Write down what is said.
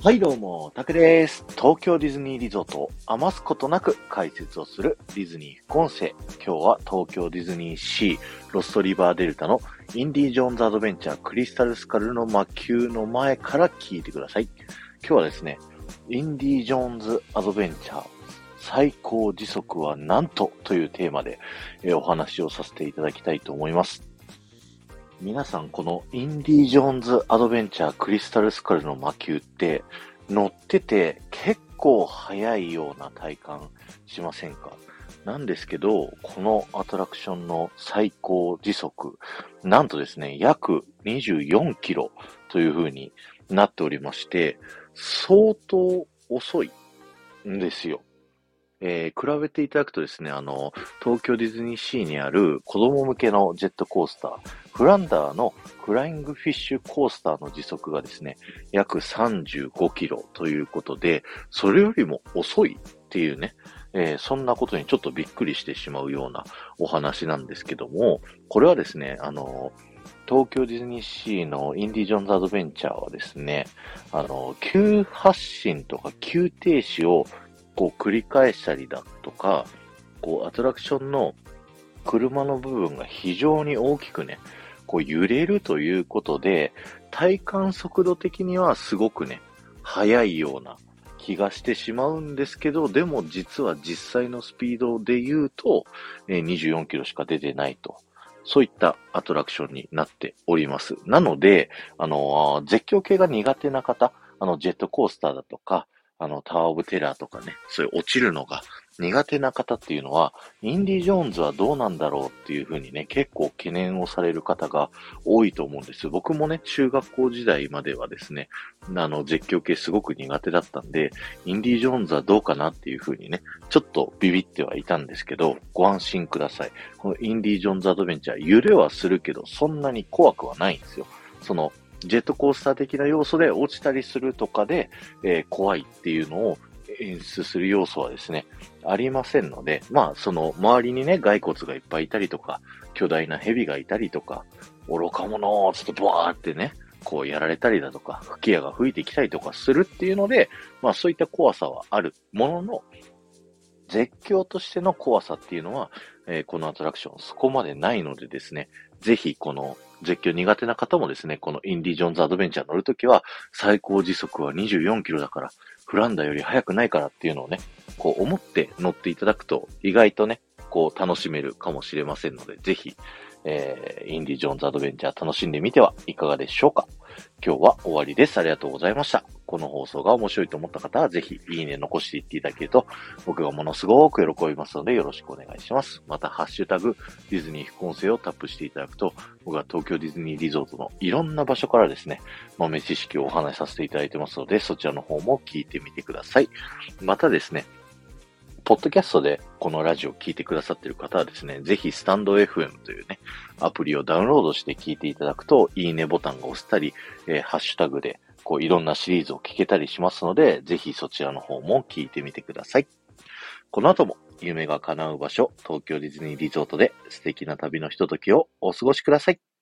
はいどうも、タクです。東京ディズニーリゾートを余すことなく解説をするディズニー副音声。今日は東京ディズニーシー、ロストリバーデルタのインディ・ジョーンズ・アドベンチャークリスタル・スカルの魔球の前から聞いてください。今日はですね、インディ・ジョーンズ・アドベンチャー最高時速はなんとというテーマで、お話をさせていただきたいと思います。皆さん、このインディ・ジョーンズ・アドベンチャークリスタル・スカルの魔球って乗ってて結構速いような体感しませんか？なんですけど、このアトラクションの最高時速、なんとですね、約24キロという風になっておりまして、相当遅いんですよ。比べていただくとですね、東京ディズニーシーにある子供向けのジェットコースター、フランダーのフライングフィッシュコースターの時速がですね、約35キロということで、それよりも遅いっていうね、そんなことにちょっとびっくりしてしまうようなお話なんですけども、これはですね、東京ディズニーシーのインディ・ジョーンズ・アドベンチャーはですね、急発進とか急停止を繰り返したりだとか、アトラクションの車の部分が非常に大きくね、揺れるということで、体感速度的にはすごくね、速いような気がしてしまうんですけど、でも実は実際のスピードで言うと、24キロしか出てないと。そういったアトラクションになっております。なので、絶叫系が苦手な方、ジェットコースターだとか、タワーオブテラーとかね、そういう落ちるのが苦手な方っていうのは、インディ・ジョーンズはどうなんだろうっていうふうにね、結構懸念をされる方が多いと思うんです。僕もね、中学校時代まではですね、絶叫系すごく苦手だったんで、インディ・ジョーンズはどうかなっていうふうにね、ちょっとビビってはいたんですけど、ご安心ください。このインディ・ジョーンズ・アドベンチャー、揺れはするけど、そんなに怖くはないんですよ。ジェットコースター的な要素で落ちたりするとかで、怖いっていうのを演出する要素はですね、ありませんので、周りにね、骸骨がいっぱいいたりとか、巨大な蛇がいたりとか、愚か者つってブワーってね、やられたりだとか、吹き矢が吹いてきたりとかするっていうので、そういった怖さはあるものの、絶叫としての怖さっていうのは、このアトラクションそこまでないのでですね、ぜひこの絶叫苦手な方もですね、このインディ・ジョーンズ・アドベンチャー乗るときは、最高時速は24キロだから、フランダより速くないからっていうのをね、思って乗っていただくと、意外とね、楽しめるかもしれませんので、ぜひ、インディ・ジョーンズ・アドベンチャー楽しんでみてはいかがでしょうか。今日は終わりです。ありがとうございました。この放送が面白いと思った方は、ぜひ、いいね残していっていただけると、僕がものすごく喜びますので、よろしくお願いします。また、ハッシュタグ、ディズニー副音声をタップしていただくと、僕は東京ディズニーリゾートのいろんな場所からですね、豆知識をお話しさせていただいてますので、そちらの方も聞いてみてください。またですね、ポッドキャストでこのラジオを聞いてくださっている方はですね、ぜひスタンド FM というね、アプリをダウンロードして聞いていただくと、いいねボタンが押せたり、ハッシュタグでいろんなシリーズを聞けたりしますので、ぜひそちらの方も聞いてみてください。この後も夢が叶う場所、東京ディズニーリゾートで素敵な旅のひとときをお過ごしください。